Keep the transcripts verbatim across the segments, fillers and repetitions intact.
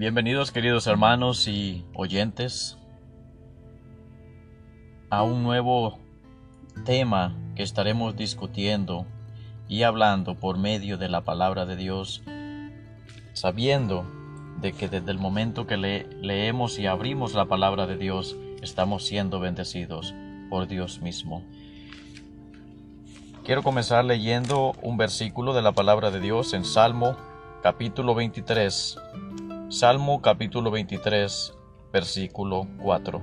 Bienvenidos, queridos hermanos y oyentes, a un nuevo tema que estaremos discutiendo y hablando por medio de la palabra de Dios, sabiendo de que desde el momento que le leemos y abrimos la palabra de Dios, estamos siendo bendecidos por Dios mismo. Quiero comenzar leyendo un versículo de la palabra de Dios en Salmo capítulo veintitrés. Salmo capítulo veintitrés, versículo cuatro.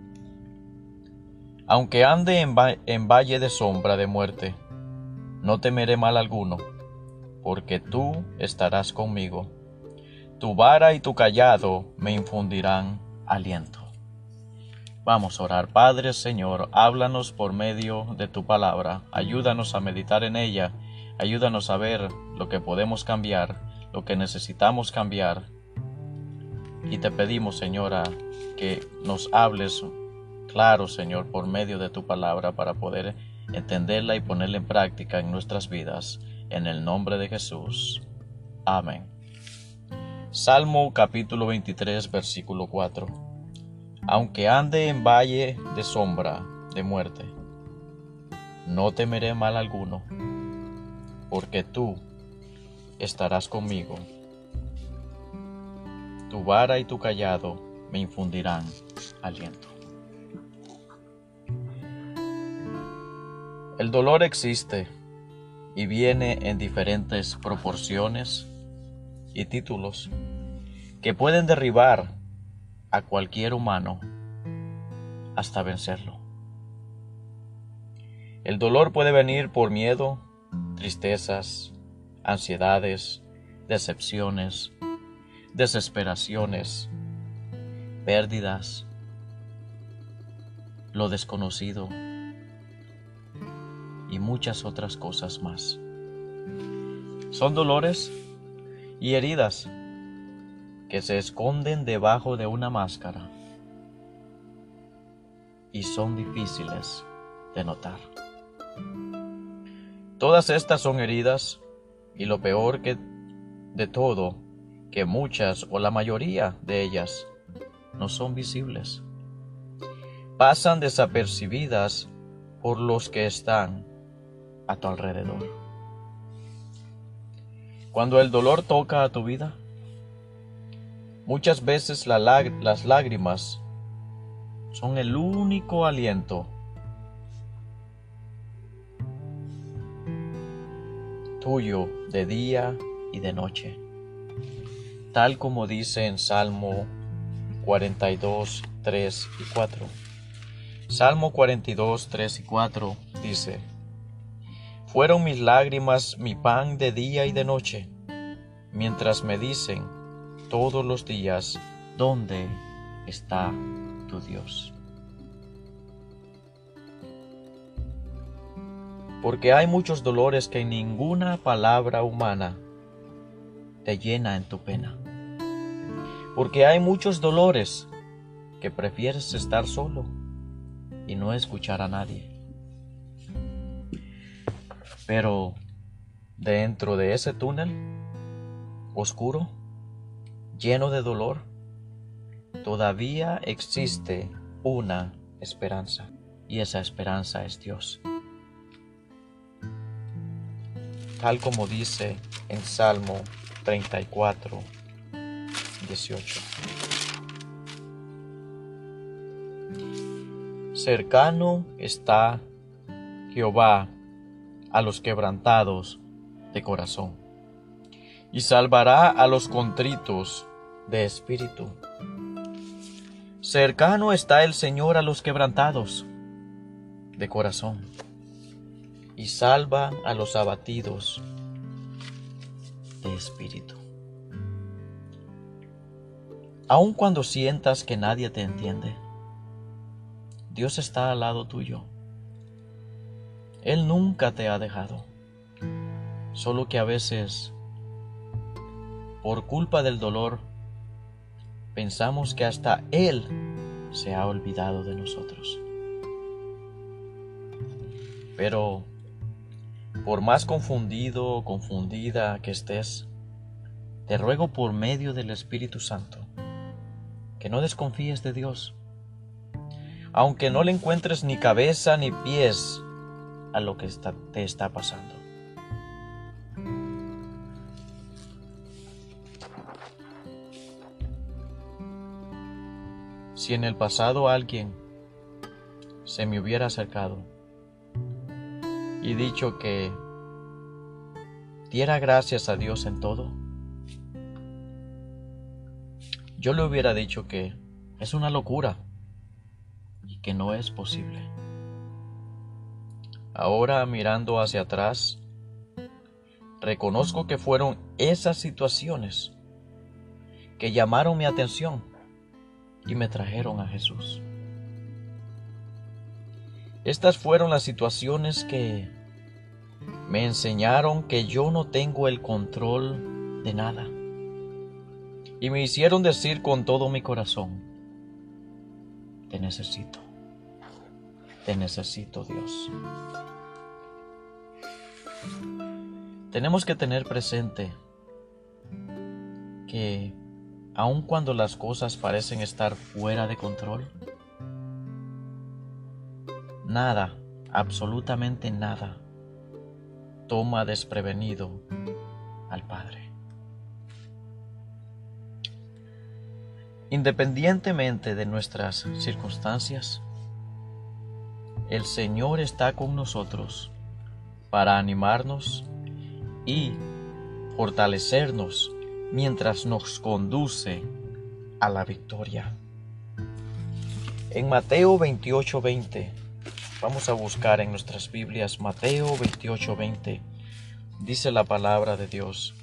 Aunque ande en, va- en valle de sombra de muerte, no temeré mal alguno, porque tú estarás conmigo. Tu vara y tu cayado me infundirán aliento. Vamos a orar. Padre, Señor, háblanos por medio de tu palabra. Ayúdanos a meditar en ella. Ayúdanos a ver lo que podemos cambiar, lo que necesitamos cambiar. Y te pedimos, Señora, que nos hables claro, Señor, por medio de tu palabra para poder entenderla y ponerla en práctica en nuestras vidas. En el nombre de Jesús. Amén. Salmo capítulo veintitrés, versículo cuatro. Aunque ande en valle de sombra de muerte, no temeré mal alguno, porque tú estarás conmigo. Tu vara y tu cayado me infundirán aliento. El dolor existe y viene en diferentes proporciones y títulos que pueden derribar a cualquier humano hasta vencerlo. El dolor puede venir por miedo, tristezas, ansiedades, decepciones, desesperaciones, pérdidas, lo desconocido y muchas otras cosas más. Son dolores y heridas que se esconden debajo de una máscara y son difíciles de notar. Todas estas son heridas y lo peor que de todo, que muchas o la mayoría de ellas no son visibles. Pasan desapercibidas por los que están a tu alrededor. Cuando el dolor toca a tu vida, muchas veces la lag- las lágrimas son el único aliento tuyo de día y de noche, tal como dice en Salmo cuarenta y dos, tres y cuatro. Salmo cuarenta y dos, tres y cuatro dice: Fueron mis lágrimas mi pan de día y de noche, mientras me dicen todos los días, ¿dónde está tu Dios? Porque hay muchos dolores que ninguna palabra humana te llena en tu pena. Porque hay muchos dolores que prefieres estar solo y no escuchar a nadie. Pero dentro de ese túnel oscuro, lleno de dolor, todavía existe una esperanza, y esa esperanza es Dios. Tal como dice en Salmo treinta y cuatro, dieciocho. Cercano está Jehová a los quebrantados de corazón, y salvará a los contritos de espíritu. Cercano está el Señor a los quebrantados de corazón, y salva a los abatidos de espíritu. Aun cuando sientas que nadie te entiende, Dios está al lado tuyo. Él nunca te ha dejado, solo que a veces, por culpa del dolor, pensamos que hasta Él se ha olvidado de nosotros. Pero por más confundido o confundida que estés, te ruego por medio del Espíritu Santo que no desconfíes de Dios, aunque no le encuentres ni cabeza ni pies a lo que está, te está pasando. Si en el pasado alguien se me hubiera acercado y dicho que diera gracias a Dios en todo, yo le hubiera dicho que es una locura y que no es posible. Ahora, mirando hacia atrás, reconozco que fueron esas situaciones que llamaron mi atención y me trajeron a Jesús. Estas fueron las situaciones que me enseñaron que yo no tengo el control de nada y me hicieron decir con todo mi corazón: te necesito, te necesito, Dios. Tenemos que tener presente que aun cuando las cosas parecen estar fuera de control, nada, absolutamente nada, toma desprevenido al Padre. Independientemente de nuestras circunstancias, el Señor está con nosotros para animarnos y fortalecernos mientras nos conduce a la victoria. En Mateo veintiocho veinte, vamos a buscar en nuestras Biblias Mateo veintiocho veinte, dice la palabra de Dios: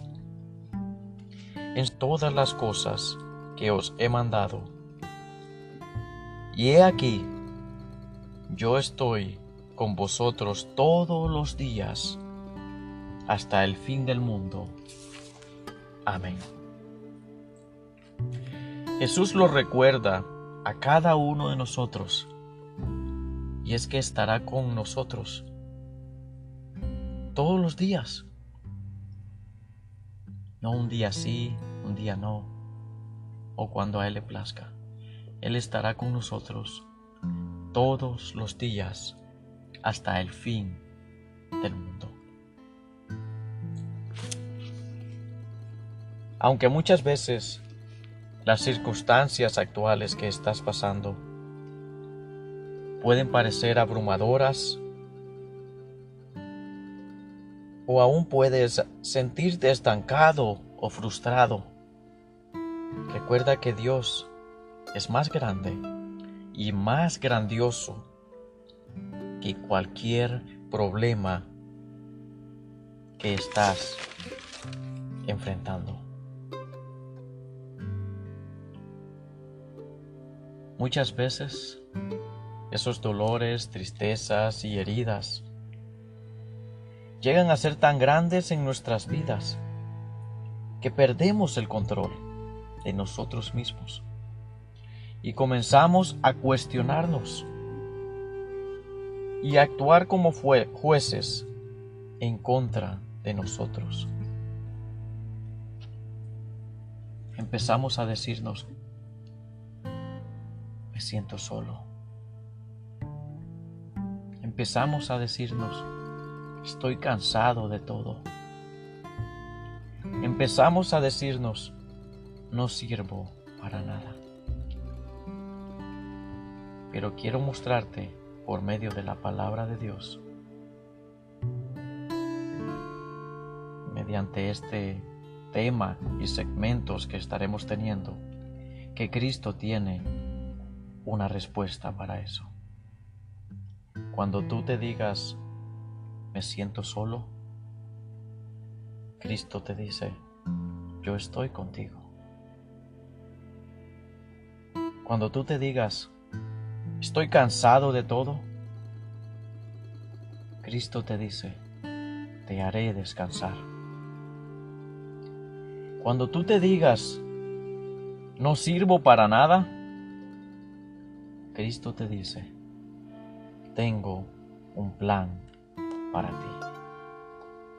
en todas las cosas que os he mandado, y he aquí, yo estoy con vosotros todos los días hasta el fin del mundo. Amén. Jesús lo recuerda a cada uno de nosotros, y es que estará con nosotros todos los días. No un día sí, un día no, o cuando a Él le plazca. Él estará con nosotros todos los días hasta el fin del mundo. Aunque muchas veces las circunstancias actuales que estás pasando pueden parecer abrumadoras, o aún puedes sentirte estancado o frustrado, recuerda que Dios es más grande y más grandioso que cualquier problema que estás enfrentando. Muchas veces esos dolores, tristezas y heridas llegan a ser tan grandes en nuestras vidas que perdemos el control de nosotros mismos y comenzamos a cuestionarnos y a actuar como fue jueces en contra de nosotros. Empezamos a decirnos: me siento solo. Empezamos a decirnos: estoy cansado de todo. Empezamos a decirnos: no sirvo para nada. Pero quiero mostrarte por medio de la palabra de Dios, mediante este tema y segmentos que estaremos teniendo, que Cristo tiene una respuesta para eso. Cuando tú te digas: me siento solo, Cristo te dice: yo estoy contigo. Cuando tú te digas: estoy cansado de todo, Cristo te dice: te haré descansar. Cuando tú te digas: no sirvo para nada, Cristo te dice: tengo un plan para ti.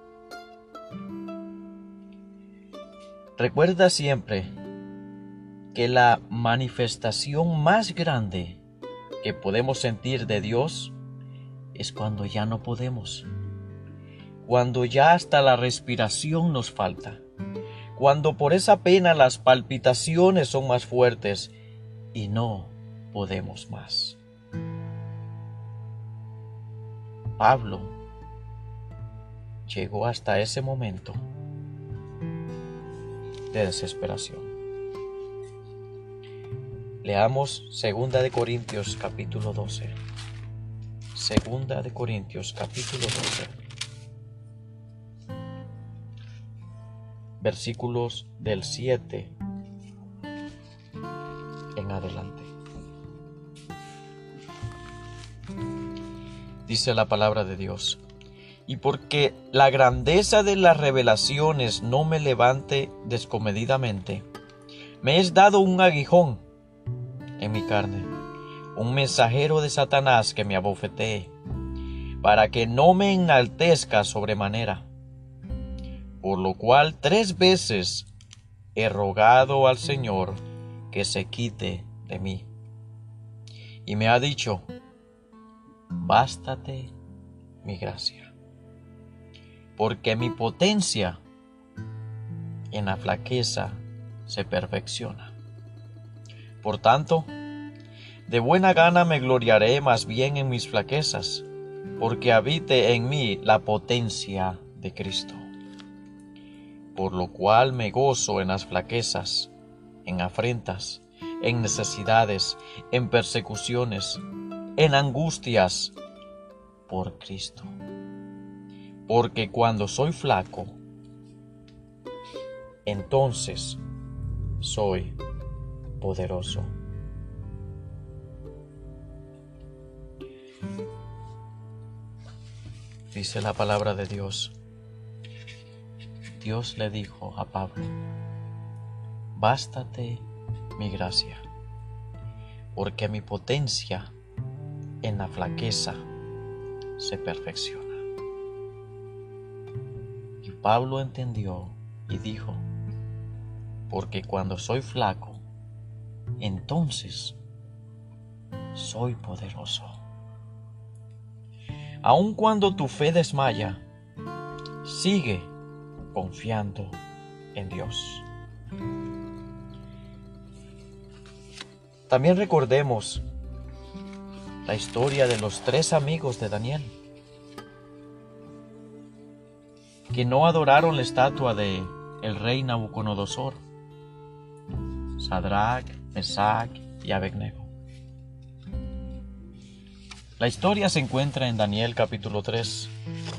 Recuerda siempre que la manifestación más grande que podemos sentir de Dios es cuando ya no podemos, cuando ya hasta la respiración nos falta, cuando por esa pena las palpitaciones son más fuertes y no podemos más. Pablo llegó hasta ese momento de desesperación. Leamos Segunda de Corintios capítulo doce. Segunda de Corintios capítulo doce. Versículos del siete en adelante. Dice la palabra de Dios: y porque la grandeza de las revelaciones no me levante descomedidamente, me es dado un aguijón en mi carne, un mensajero de Satanás que me abofetee, para que no me enaltezca sobremanera. Por lo cual tres veces he rogado al Señor que se quite de mí. Y me ha dicho: bástate mi gracia, porque mi potencia en la flaqueza se perfecciona. Por tanto, de buena gana me gloriaré más bien en mis flaquezas, porque habite en mí la potencia de Cristo. Por lo cual me gozo en las flaquezas, en afrentas, en necesidades, en persecuciones, en angustias, por Cristo. Porque cuando soy flaco, entonces soy poderoso. Dice la palabra de Dios. Dios le dijo a Pablo: bástate mi gracia, porque mi potencia en la flaqueza se perfecciona. Y Pablo entendió y dijo: porque cuando soy flaco, entonces soy poderoso. Aun cuando tu fe desmaya, sigue confiando en Dios. También recordemos la historia de los tres amigos de Daniel, que no adoraron la estatua de el rey Nabucodonosor: Sadrach, Mesach y Abednego. La historia se encuentra en Daniel capítulo tres.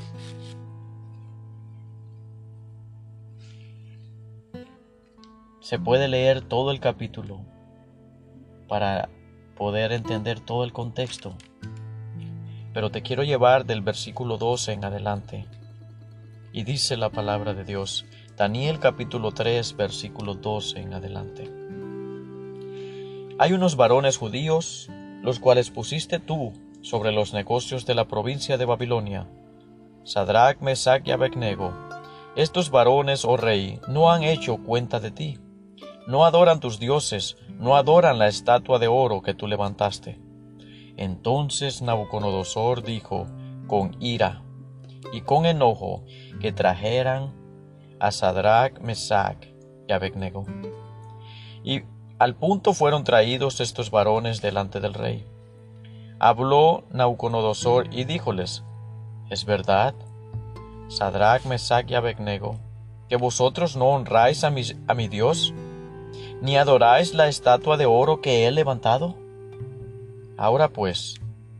Se puede leer todo el capítulo para poder entender todo el contexto, pero te quiero llevar del versículo doce en adelante. Y dice la palabra de Dios, Daniel capítulo tres, versículo doce en adelante: hay unos varones judíos, los cuales pusiste tú sobre los negocios de la provincia de Babilonia, Sadrach, Mesach y Abednego. Estos varones, oh rey, no han hecho cuenta de ti, no adoran tus dioses, no adoran la estatua de oro que tú levantaste. Entonces Nabucodonosor dijo con ira y con enojo que trajeran a Sadrach, Mesach y Abednego. Y al punto fueron traídos estos varones delante del rey. Habló Nabucodonosor y díjoles: ¿es verdad, Sadrach, Mesach y Abednego, que vosotros no honráis a mi, a mi Dios, ni adoráis la estatua de oro que he levantado? Ahora pues,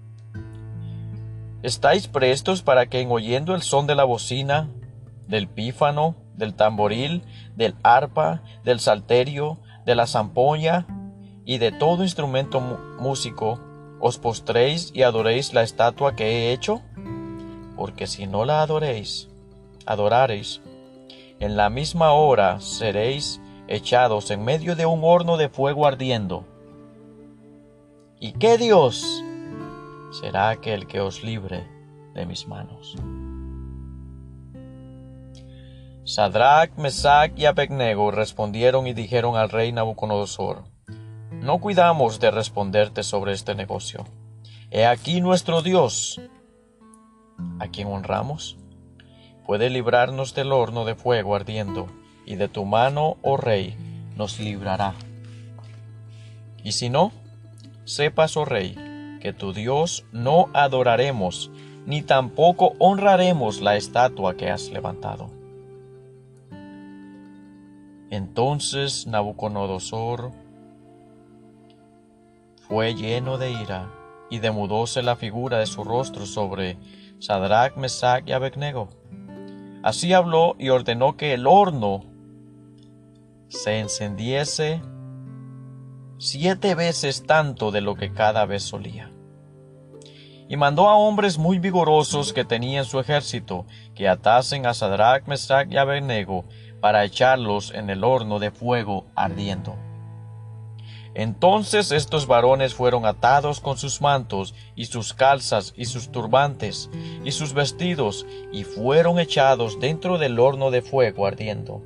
¿estáis prestos para que en oyendo el son de la bocina, del pífano, del tamboril, del arpa, del salterio, de la zampoña y de todo instrumento músico, os postréis y adoréis la estatua que he hecho? Porque si no la adoréis, adoraréis, en la misma hora seréis echados en medio de un horno de fuego ardiendo. ¿Y qué Dios será aquel que os libre de mis manos? Sadrach, Mesach y Abednego respondieron y dijeron al rey Nabucodonosor: No cuidamos de responderte sobre este negocio. He aquí nuestro Dios, a quien honramos, puede librarnos del horno de fuego ardiendo, y de tu mano, oh rey, nos librará. Y si no, sepas, oh rey, que tu Dios no adoraremos, ni tampoco honraremos la estatua que has levantado. Entonces Nabucodonosor fue lleno de ira, y demudóse la figura de su rostro sobre Sadrach, Mesach y Abednego. Así habló y ordenó que el horno se encendiese siete veces tanto de lo que cada vez solía. Y mandó a hombres muy vigorosos que tenía en su ejército que atasen a Sadrach, Mesach y Abednego para echarlos en el horno de fuego ardiendo. Entonces estos varones fueron atados con sus mantos y sus calzas y sus turbantes y sus vestidos, y fueron echados dentro del horno de fuego ardiendo.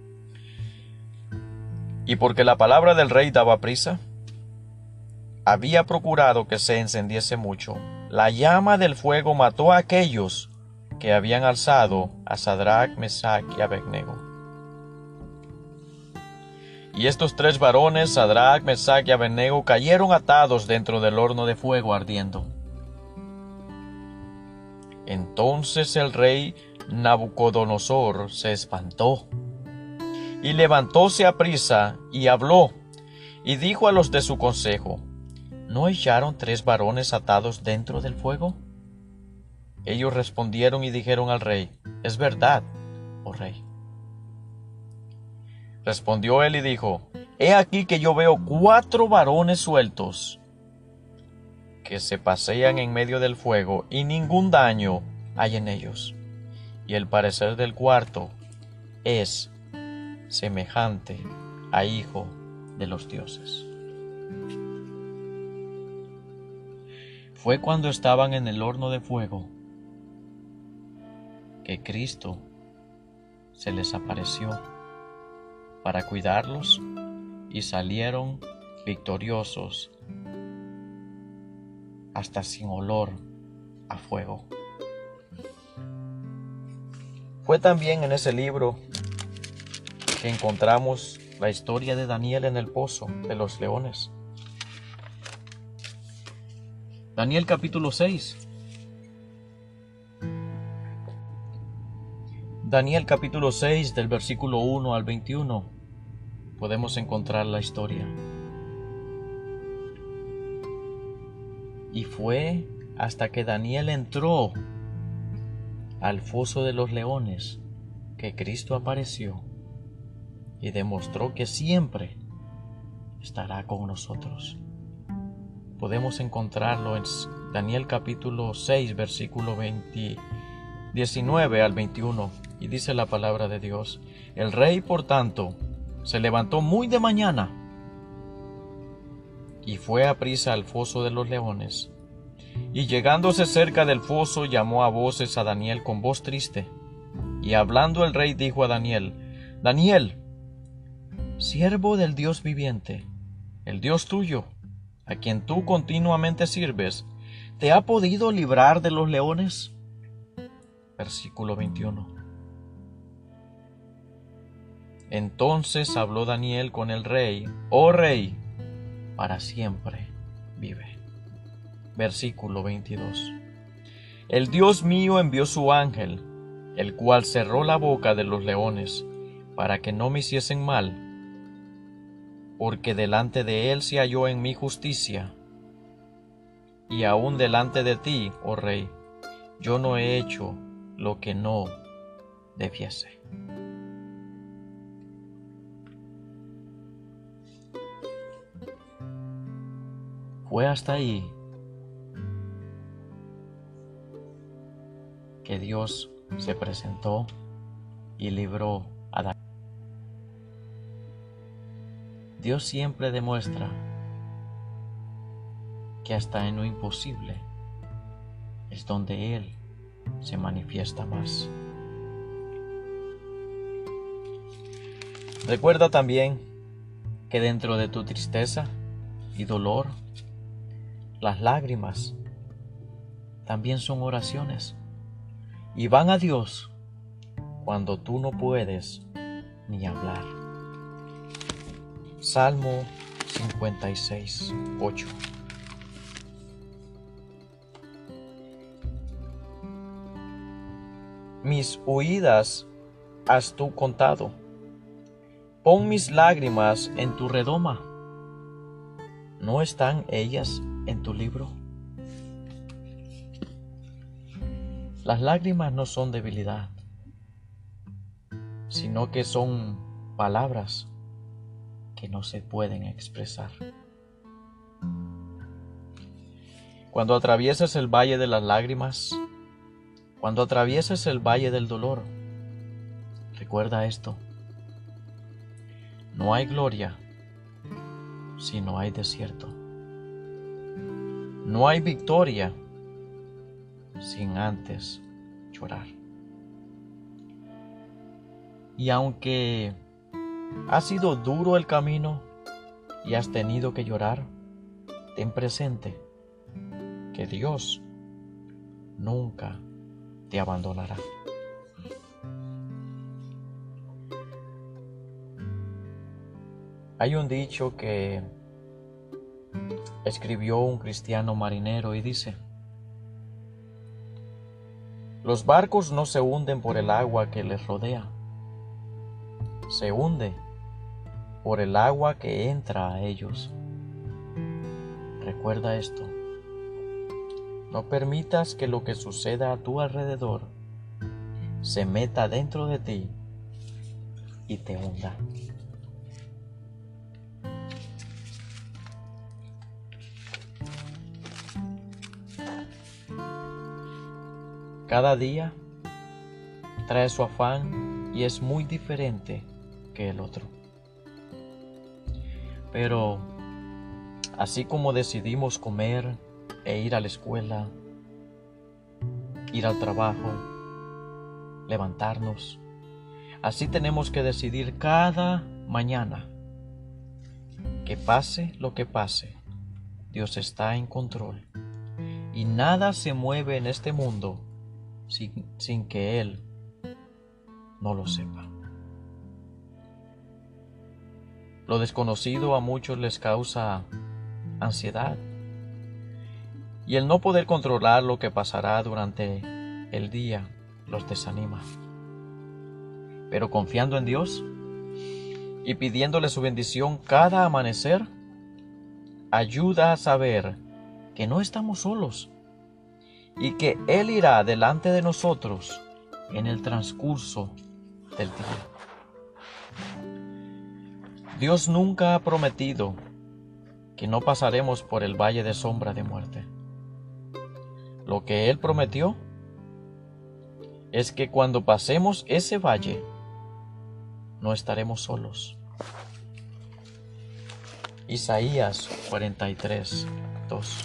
Y porque la palabra del rey daba prisa, había procurado que se encendiese mucho, la llama del fuego mató a aquellos que habían alzado a Sadrach, Mesach y Abednego. Y estos tres varones, Sadrach, Mesach y Abednego, cayeron atados dentro del horno de fuego ardiendo. Entonces el rey Nabucodonosor se espantó, y levantóse aprisa, y habló, y dijo a los de su consejo: ¿No echaron tres varones atados dentro del fuego? Ellos respondieron y dijeron al rey: Es verdad, oh rey. Respondió él y dijo: He aquí que yo veo cuatro varones sueltos que se pasean en medio del fuego, y ningún daño hay en ellos. Y el parecer del cuarto es semejante a hijo de los dioses. Fue cuando estaban en el horno de fuego que Cristo se les apareció para cuidarlos, y salieron victoriosos hasta sin olor a fuego. Fue también en ese libro que encontramos la historia de Daniel en el pozo de los leones. Daniel capítulo seis. Daniel capítulo seis, del versículo uno al veintiuno, podemos encontrar la historia. Y fue hasta que Daniel entró al foso de los leones que Cristo apareció y demostró que siempre estará con nosotros. Podemos encontrarlo en Daniel capítulo seis, versículo veinte, diecinueve al veintiuno. Y dice la palabra de Dios: El rey, por tanto, se levantó muy de mañana y fue aprisa al foso de los leones. Y llegándose cerca del foso, llamó a voces a Daniel con voz triste. Y hablando el rey dijo a Daniel: Daniel, siervo del Dios viviente, el Dios tuyo, a quien tú continuamente sirves, ¿te ha podido librar de los leones? Versículo veintiuno. Entonces habló Daniel con el rey: Oh rey, para siempre vive. Versículo veintidós. El Dios mío envió su ángel, el cual cerró la boca de los leones, para que no me hiciesen mal, porque delante de él se halló en mí justicia, y aun delante de ti, oh rey, yo no he hecho lo que no debiese. Fue hasta ahí que Dios se presentó y libró a Daniel. Dios siempre demuestra que hasta en lo imposible es donde Él se manifiesta más. Recuerda también que dentro de tu tristeza y dolor, las lágrimas también son oraciones y van a Dios cuando tú no puedes ni hablar. Salmo cincuenta y seis, ocho. Mis huidas has tú contado. Pon mis lágrimas en tu redoma. ¿No están ellas en tu libro? Las lágrimas no son debilidad, sino que son palabras que no se pueden expresar. Cuando atravieses el valle de las lágrimas, cuando atravieses el valle del dolor, recuerda esto: no hay gloria si no hay desierto. No hay victoria sin antes llorar. Y aunque ha sido duro el camino y has tenido que llorar, ten presente que Dios nunca te abandonará. Hay un dicho que escribió un cristiano marinero y dice: los barcos no se hunden por el agua que les rodea, se hunde por el agua que entra a ellos. Recuerda esto: no permitas que lo que suceda a tu alrededor se meta dentro de ti y te hunda. Cada día trae su afán y es muy diferente que el otro. Pero así como decidimos comer e ir a la escuela, ir al trabajo, levantarnos, así tenemos que decidir cada mañana que pase lo que pase, Dios está en control y nada se mueve en este mundo sin, sin que Él no lo sepa. Lo desconocido a muchos les causa ansiedad y el no poder controlar lo que pasará durante el día los desanima. Pero confiando en Dios y pidiéndole su bendición cada amanecer, ayuda a saber que no estamos solos y que Él irá delante de nosotros en el transcurso del día. Dios nunca ha prometido que no pasaremos por el valle de sombra de muerte. Lo que Él prometió es que cuando pasemos ese valle, no estaremos solos. Isaías cuarenta y tres, dos.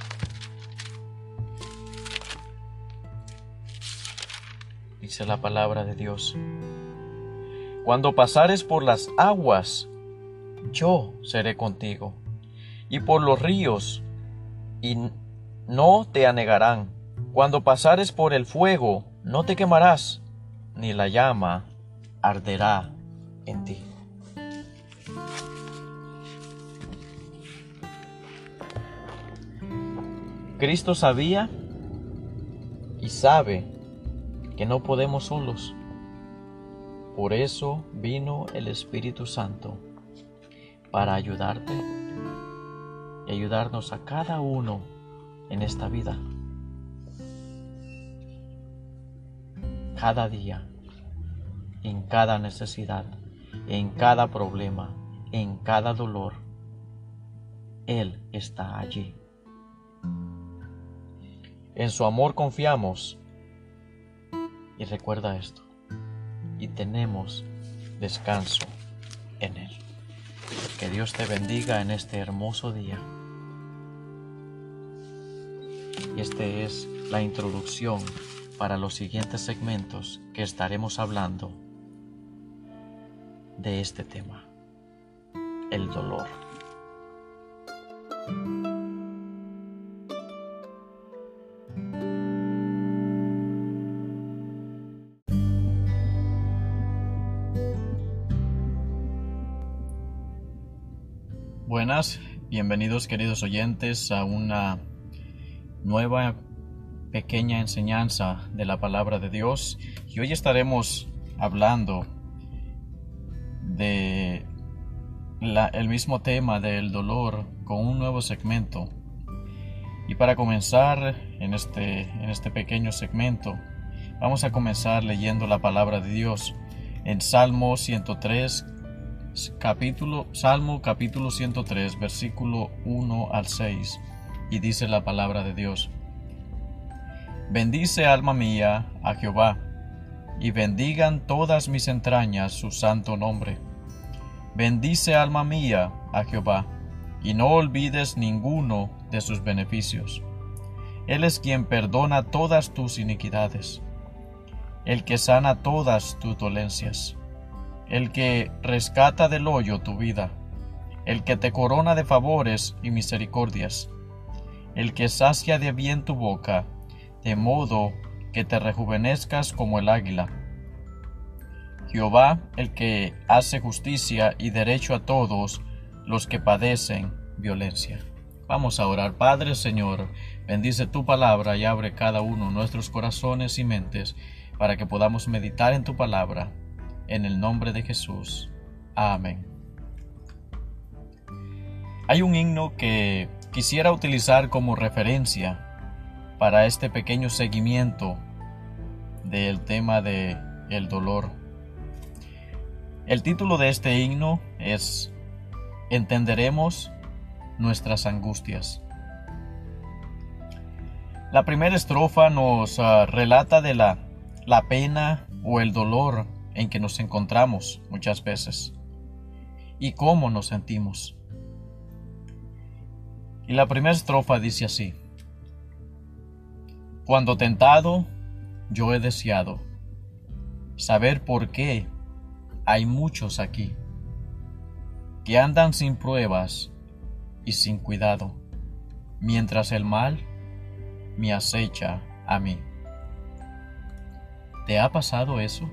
Dice la palabra de Dios: cuando pasares por las aguas, yo seré contigo, y por los ríos, y no te anegarán. Cuando pasares por el fuego, no te quemarás, ni la llama arderá en ti. Cristo sabía y sabe que no podemos solos. Por eso vino el Espíritu Santo para ayudarte y ayudarnos a cada uno en esta vida. Cada día, en cada necesidad, en cada problema, en cada dolor, Él está allí. En su amor confiamos y recuerda esto, y tenemos descanso en Él. Que Dios te bendiga en este hermoso día. Y esta es la introducción para los siguientes segmentos que estaremos hablando de este tema, el dolor. Buenas, bienvenidos queridos oyentes a una nueva pequeña enseñanza de la palabra de Dios, y hoy estaremos hablando de la, el mismo tema del dolor con un nuevo segmento. Y para comenzar en este, en este pequeño segmento, vamos a comenzar leyendo la palabra de Dios en Salmo ciento tres, capítulo, Salmo capítulo ciento tres, versículo uno al seis, y dice la palabra de Dios: Bendice, alma mía, a Jehová, y bendigan todas mis entrañas su santo nombre. Bendice, alma mía, a Jehová, y no olvides ninguno de sus beneficios. Él es quien perdona todas tus iniquidades, el que sana todas tus dolencias, el que rescata del hoyo tu vida, el que te corona de favores y misericordias, el que sacia de bien tu boca, de modo que te rejuvenezcas como el águila. Jehová, el que hace justicia y derecho a todos los que padecen violencia. Vamos a orar. Padre, Señor, bendice tu palabra y abre cada uno nuestros corazones y mentes para que podamos meditar en tu palabra. En el nombre de Jesús. Amén. Hay un himno que quisiera utilizar como referencia para este pequeño seguimiento del tema de el dolor. El título de este himno es Entenderemos nuestras angustias. La primera estrofa nos uh, relata de la, la pena o el dolor en que nos encontramos muchas veces y cómo nos sentimos. Y la primera estrofa dice así: Cuando tentado, yo he deseado saber por qué hay muchos aquí que andan sin pruebas y sin cuidado, mientras el mal me acecha a mí. ¿Te ha pasado eso?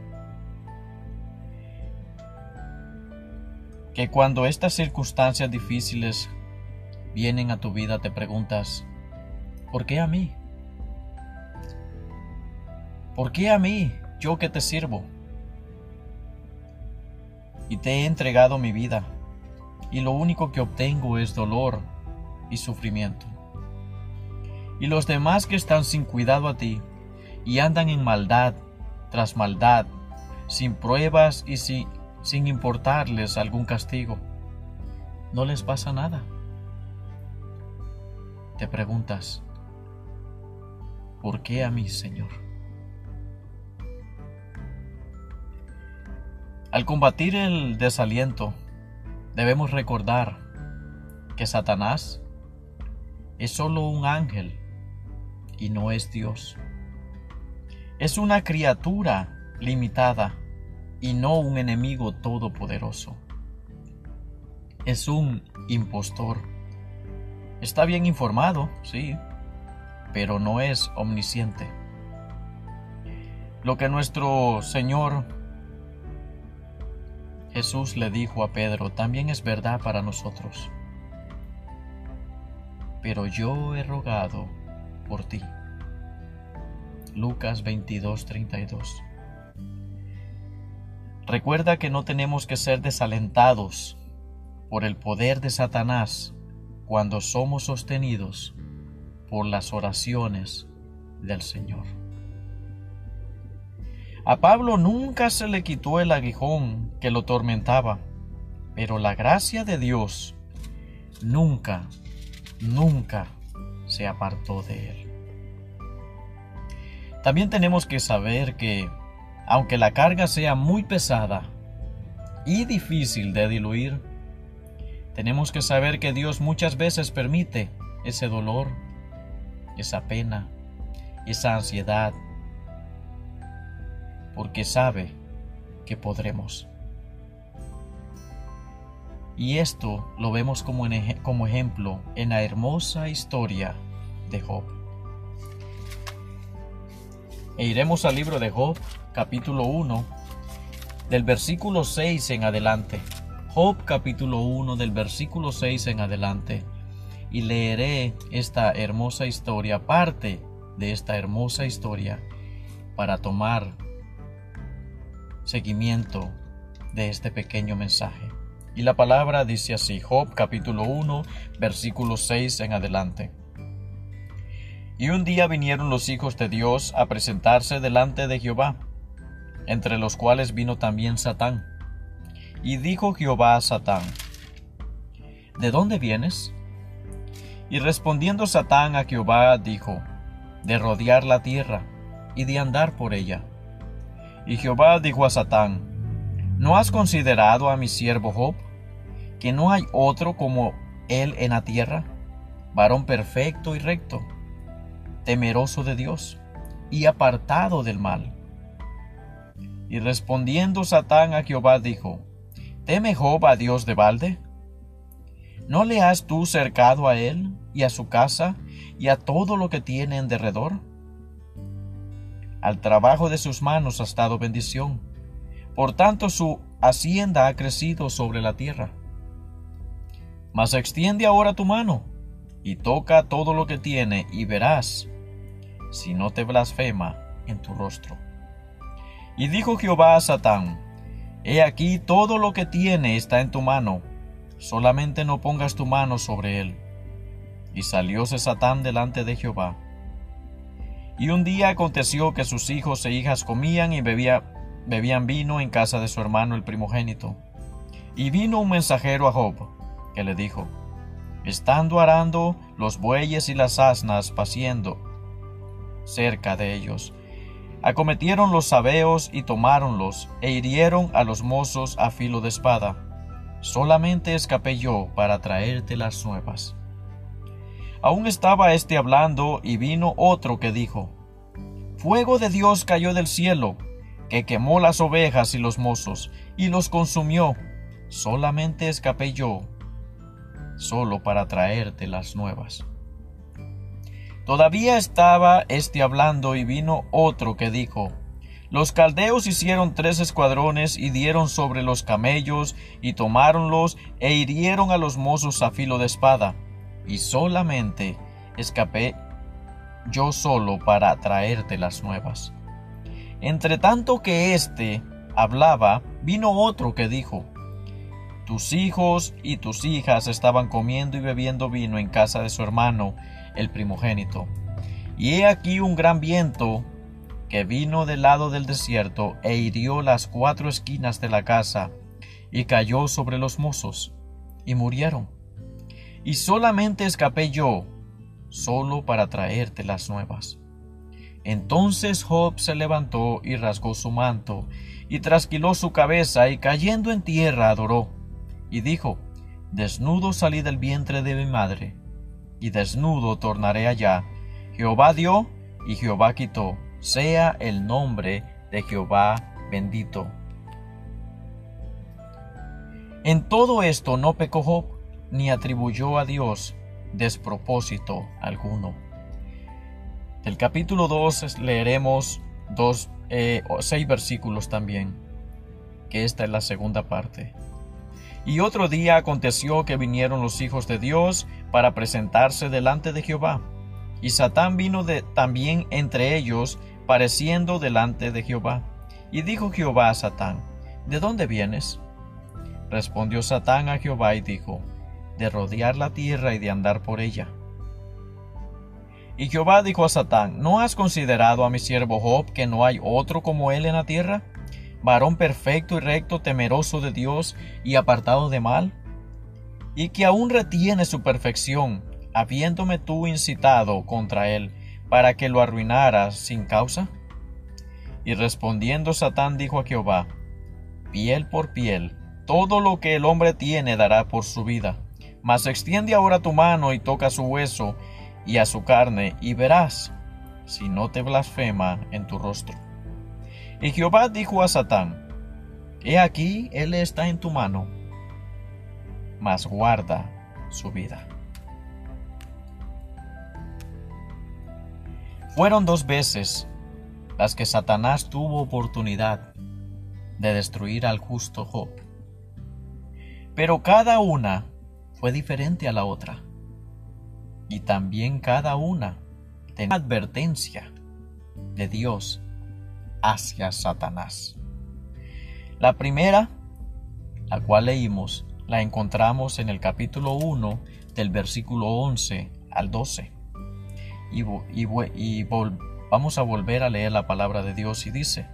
Que cuando estas circunstancias difíciles vienen a tu vida te preguntas: ¿por qué a mí? ¿Por qué a mí, yo que te sirvo? Y te he entregado mi vida, y lo único que obtengo es dolor y sufrimiento. Y los demás que están sin cuidado a ti, y andan en maldad tras maldad, sin pruebas y sin, sin importarles algún castigo, no les pasa nada. Te preguntas: ¿por qué a mí, Señor? Al combatir el desaliento, debemos recordar que Satanás es solo un ángel y no es Dios. Es una criatura limitada y no un enemigo todopoderoso. Es un impostor. Está bien informado, sí, pero no es omnisciente. Lo que nuestro Señor Jesús le dijo a Pedro también es verdad para nosotros. Pero yo he rogado por ti. Lucas veintidós, treinta y dos. Recuerda que no tenemos que ser desalentados por el poder de Satanás cuando somos sostenidos por las oraciones del Señor. A Pablo nunca se le quitó el aguijón que lo tormentaba, pero la gracia de Dios nunca, nunca se apartó de él. También tenemos que saber que, aunque la carga sea muy pesada y difícil de diluir, tenemos que saber que Dios muchas veces permite ese dolor, esa pena, esa ansiedad, porque sabe que podremos. Y esto lo vemos como, en, como ejemplo en la hermosa historia de Job. E iremos al libro de Job, capítulo uno, del versículo seis en adelante. Job, capítulo uno, del versículo seis en adelante. Y leeré esta hermosa historia, parte de esta hermosa historia, para tomar seguimiento de este pequeño mensaje. Y la palabra dice así, Job capítulo uno, versículo seis en adelante. Y un día vinieron los hijos de Dios a presentarse delante de Jehová, entre los cuales vino también Satán. Y dijo Jehová a Satán, ¿de dónde vienes? Y respondiendo Satán a Jehová dijo, de rodear la tierra y de andar por ella. Y Jehová dijo a Satán, ¿no has considerado a mi siervo Job, que no hay otro como él en la tierra, varón perfecto y recto, temeroso de Dios y apartado del mal? Y respondiendo Satán a Jehová dijo, ¿teme Job a Dios de balde? ¿No le has tú cercado a él y a su casa y a todo lo que tiene en derredor? Al trabajo de sus manos has dado bendición, por tanto su hacienda ha crecido sobre la tierra. Mas extiende ahora tu mano y toca todo lo que tiene y verás si no te blasfema en tu rostro. Y dijo Jehová a Satán, he aquí todo lo que tiene está en tu mano, solamente no pongas tu mano sobre él. Y salióse Satán delante de Jehová. Y un día aconteció que sus hijos e hijas comían y bebía, bebían vino en casa de su hermano el primogénito. Y vino un mensajero a Job, que le dijo, estando arando los bueyes y las asnas paciendo cerca de ellos, acometieron los sabeos y tomáronlos, e hirieron a los mozos a filo de espada. Solamente escapé yo para traerte las nuevas. Aún estaba éste hablando, y vino otro que dijo, fuego de Dios cayó del cielo, que quemó las ovejas y los mozos, y los consumió. Solamente escapé yo, solo para traerte las nuevas. Todavía estaba éste hablando, y vino otro que dijo, los caldeos hicieron tres escuadrones, y dieron sobre los camellos, y tomáronlos, e hirieron a los mozos a filo de espada. Y solamente escapé yo solo para traerte las nuevas. Entre tanto que éste hablaba, vino otro que dijo, tus hijos y tus hijas estaban comiendo y bebiendo vino en casa de su hermano, el primogénito. Y he aquí un gran viento que vino del lado del desierto, e hirió las cuatro esquinas de la casa, y cayó sobre los mozos, y murieron. Y solamente escapé yo, solo para traerte las nuevas. Entonces Job se levantó y rasgó su manto, y trasquiló su cabeza, y cayendo en tierra adoró, y dijo, desnudo salí del vientre de mi madre, y desnudo tornaré allá. Jehová dio, y Jehová quitó, sea el nombre de Jehová bendito. En todo esto no pecó Job, ni atribuyó a Dios despropósito alguno. Del capítulo dos leeremos dos, eh, seis versículos también, que esta es la segunda parte. Y otro día aconteció que vinieron los hijos de Dios para presentarse delante de Jehová. Y Satán vino de, también entre ellos, pareciendo delante de Jehová. Y dijo Jehová a Satán, ¿de dónde vienes? Respondió Satán a Jehová y dijo, de rodear la tierra y de andar por ella. Y Jehová dijo a Satán, ¿no has considerado a mi siervo Job, que no hay otro como él en la tierra, varón perfecto y recto, temeroso de Dios y apartado de mal? Y que aún retiene su perfección, habiéndome tú incitado contra él, para que lo arruinaras sin causa. Y respondiendo Satán dijo a Jehová, piel por piel, todo lo que el hombre tiene dará por su vida. Mas extiende ahora tu mano y toca su hueso y a su carne, y verás si no te blasfema en tu rostro. Y Jehová dijo a Satán, he aquí, él está en tu mano, mas guarda su vida. Fueron dos veces las que Satanás tuvo oportunidad de destruir al justo Job, pero cada una fue diferente a la otra, y también cada una tenía advertencia de Dios hacia Satanás. La primera, la cual leímos, la encontramos en el capítulo uno del versículo once al doce. Y, y, y vol, vamos a volver a leer la palabra de Dios y dice,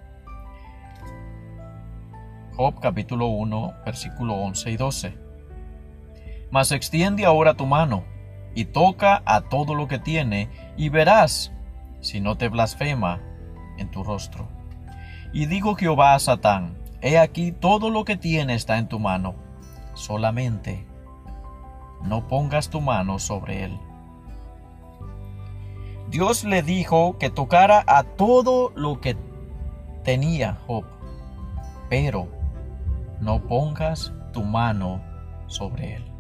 Job capítulo uno, versículo once y doce. Mas extiende ahora tu mano y toca a todo lo que tiene, y verás si no te blasfema en tu rostro. Y dijo Jehová a Satán, he aquí todo lo que tiene está en tu mano, solamente no pongas tu mano sobre él. Dios le dijo que tocara a todo lo que tenía Job, pero no pongas tu mano sobre él.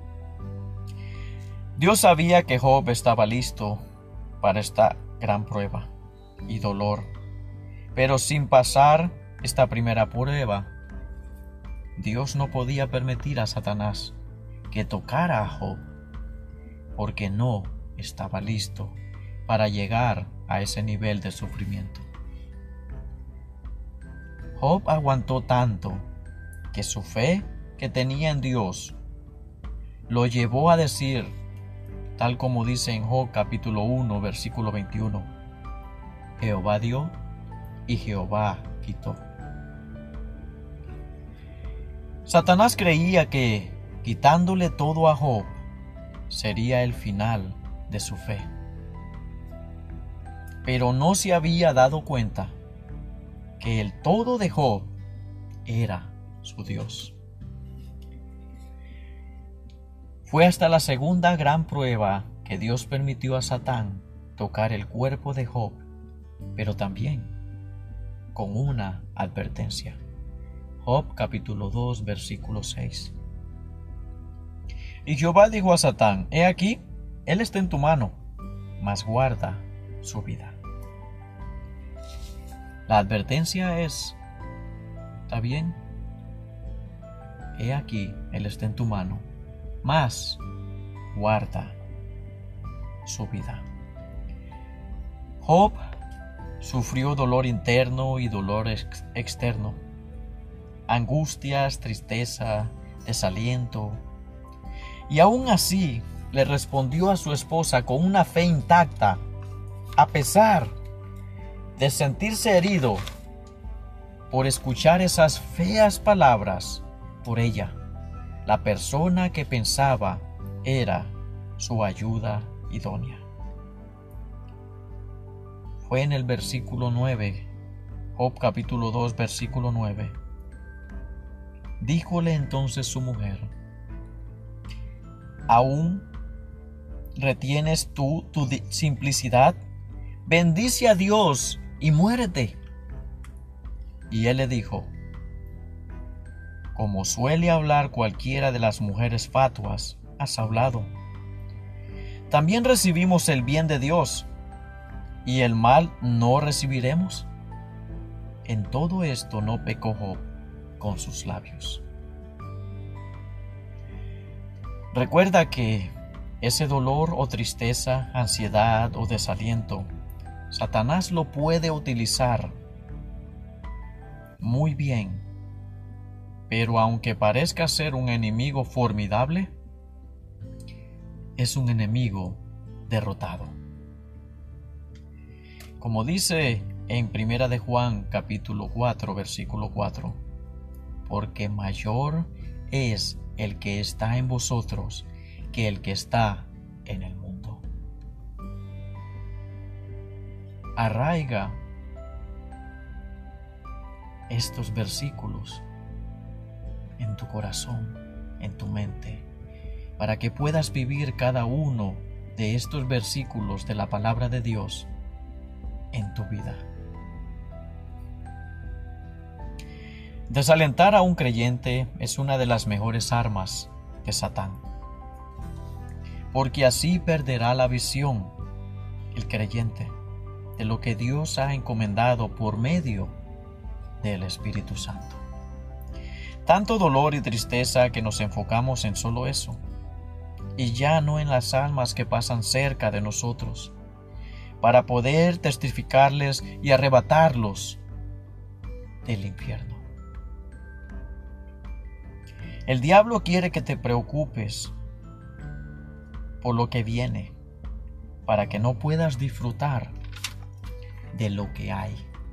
Dios sabía que Job estaba listo para esta gran prueba y dolor, pero sin pasar esta primera prueba, Dios no podía permitir a Satanás que tocara a Job, porque no estaba listo para llegar a ese nivel de sufrimiento. Job aguantó tanto que su fe que tenía en Dios lo llevó a decir, tal como dice en Job capítulo uno, versículo veintiuno, Jehová dio y Jehová quitó. Satanás creía que quitándole todo a Job sería el final de su fe, pero no se había dado cuenta que el todo de Job era su Dios. Fue hasta la segunda gran prueba que Dios permitió a Satán tocar el cuerpo de Job, pero también con una advertencia. Job capítulo dos, versículo seis. Y Jehová dijo a Satán, he aquí, él está en tu mano, mas guarda su vida. La advertencia es, ¿está bien? He aquí, él está en tu mano, mas guarda su vida. Job sufrió dolor interno y dolor ex externo, angustias, tristeza, desaliento, y aún así le respondió a su esposa con una fe intacta, a pesar de sentirse herido por escuchar esas feas palabras por ella, la persona que pensaba era su ayuda idónea. Fue en el versículo nueve, Job capítulo dos, versículo nueve. Díjole entonces su mujer, ¿aún retienes tú tu simplicidad? Bendice a Dios y muérete. Y él le dijo, como suele hablar cualquiera de las mujeres fatuas, has hablado. También recibimos el bien de Dios, y el mal no recibiremos. En todo esto no pecó Job con sus labios. Recuerda que ese dolor o tristeza, ansiedad o desaliento, Satanás lo puede utilizar muy bien, pero aunque parezca ser un enemigo formidable, es un enemigo derrotado. Como dice en Primera de Juan capítulo cuatro, versículo cuatro, porque mayor es el que está en vosotros que el que está en el mundo. Arraiga estos versículos en tu corazón, en tu mente, para que puedas vivir cada uno de estos versículos de la palabra de Dios en tu vida. Desalentar a un creyente es una de las mejores armas de Satán. Porque así perderá la visión el creyente de lo que Dios ha encomendado por medio del Espíritu Santo. Tanto dolor y tristeza que nos enfocamos en solo eso, y ya no en las almas que pasan cerca de nosotros, para poder testificarles y arrebatarlos del infierno. El diablo quiere que te preocupes por lo que viene, para que no puedas disfrutar de lo que hay.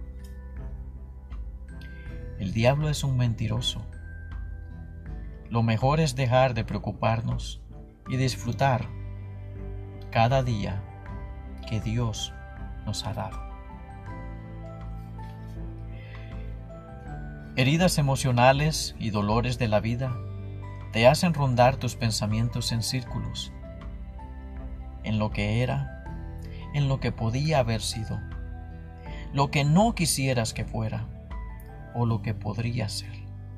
El diablo es un mentiroso. Lo mejor es dejar de preocuparnos y disfrutar cada día que Dios nos ha dado. Heridas emocionales y dolores de la vida te hacen rondar tus pensamientos en círculos, en lo que era, en lo que podía haber sido, lo que no quisieras que fuera o lo que podría ser.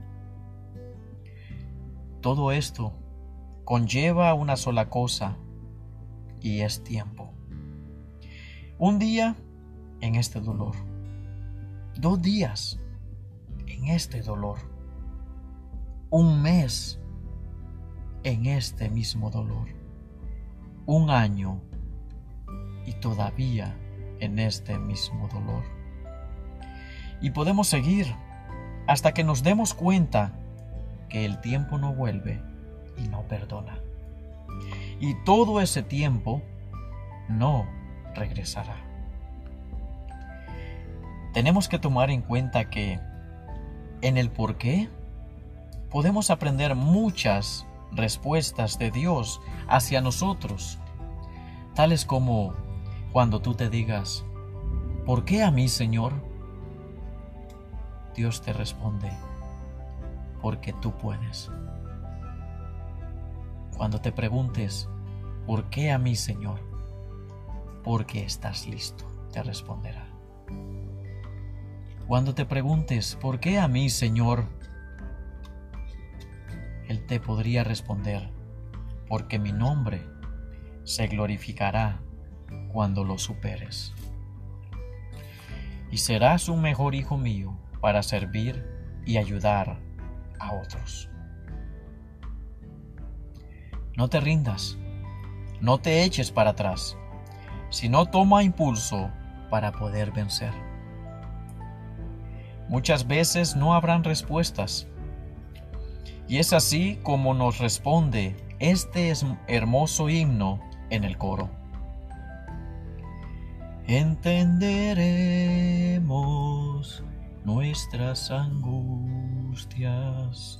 Todo esto conlleva una sola cosa, y es tiempo. Un día en este dolor, dos días en este dolor, un mes en este mismo dolor, un año y todavía en este mismo dolor. Y podemos seguir hasta que nos demos cuenta que el tiempo no vuelve y no perdona. Y todo ese tiempo no regresará. Tenemos que tomar en cuenta que en el porqué podemos aprender muchas respuestas de Dios hacia nosotros, tales como cuando tú te digas, ¿por qué a mí, Señor? Dios te responde, porque tú puedes. Cuando te preguntes, ¿por qué a mí, Señor? Porque estás listo, te responderá. Cuando te preguntes, ¿por qué a mí, Señor? Él te podría responder, porque mi nombre se glorificará cuando lo superes. Y serás un mejor hijo mío para servir y ayudar a otros. No te rindas, no te eches para atrás, sino toma impulso para poder vencer. Muchas veces no habrán respuestas, y es así como nos responde este hermoso himno en el coro. Entenderemos nuestras angustias,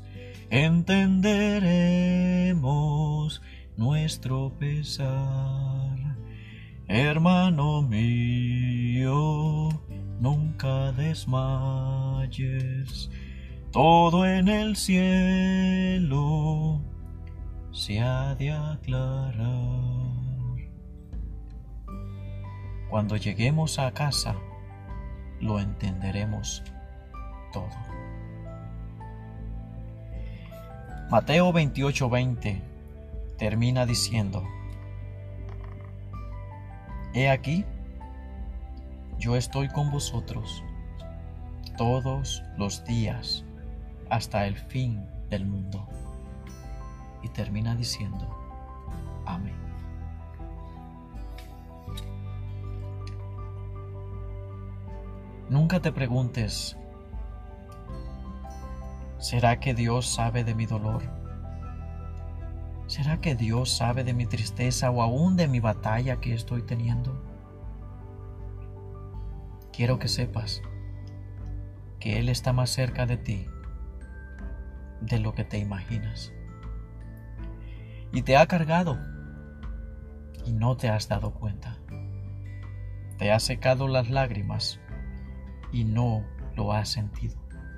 entenderemos nuestro pesar. Hermano mío, nunca desmayes, todo en el cielo se ha de aclarar. Cuando lleguemos a casa, lo entenderemos todo. Mateo veintiocho veinte termina diciendo, He aquí, yo estoy con vosotros todos los días hasta el fin del mundo. Y termina diciendo, amén. Nunca te preguntes, ¿será que Dios sabe de mi dolor? ¿Será que Dios sabe de mi tristeza o aún de mi batalla que estoy teniendo? Quiero que sepas que Él está más cerca de ti de lo que te imaginas. Y te ha cargado y no te has dado cuenta. Te ha secado las lágrimas y no lo has sentido.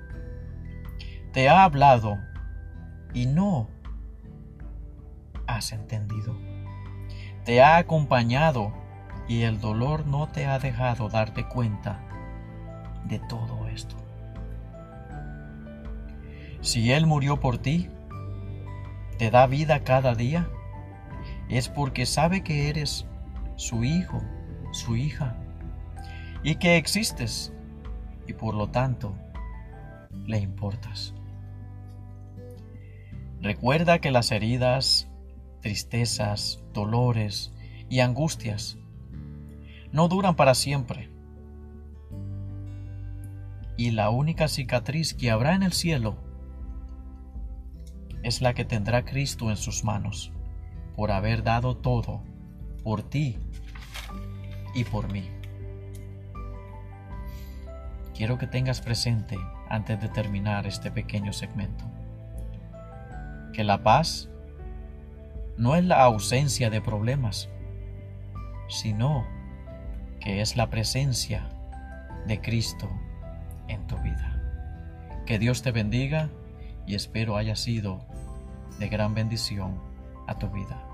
Te ha hablado y no has entendido. Te ha acompañado y el dolor no te ha dejado darte cuenta de todo esto. Si Él murió por ti, te da vida cada día, es porque sabe que eres su hijo, su hija, y que existes, y por lo tanto le importas. Recuerda que las heridas, tristezas, dolores y angustias no duran para siempre, y la única cicatriz que habrá en el cielo es la que tendrá Cristo en sus manos por haber dado todo por ti y por mí. Quiero que tengas presente, antes de terminar este pequeño segmento, que la paz no es la ausencia de problemas, sino que es la presencia de Cristo en tu vida. Que Dios te bendiga y espero haya sido de gran bendición a tu vida.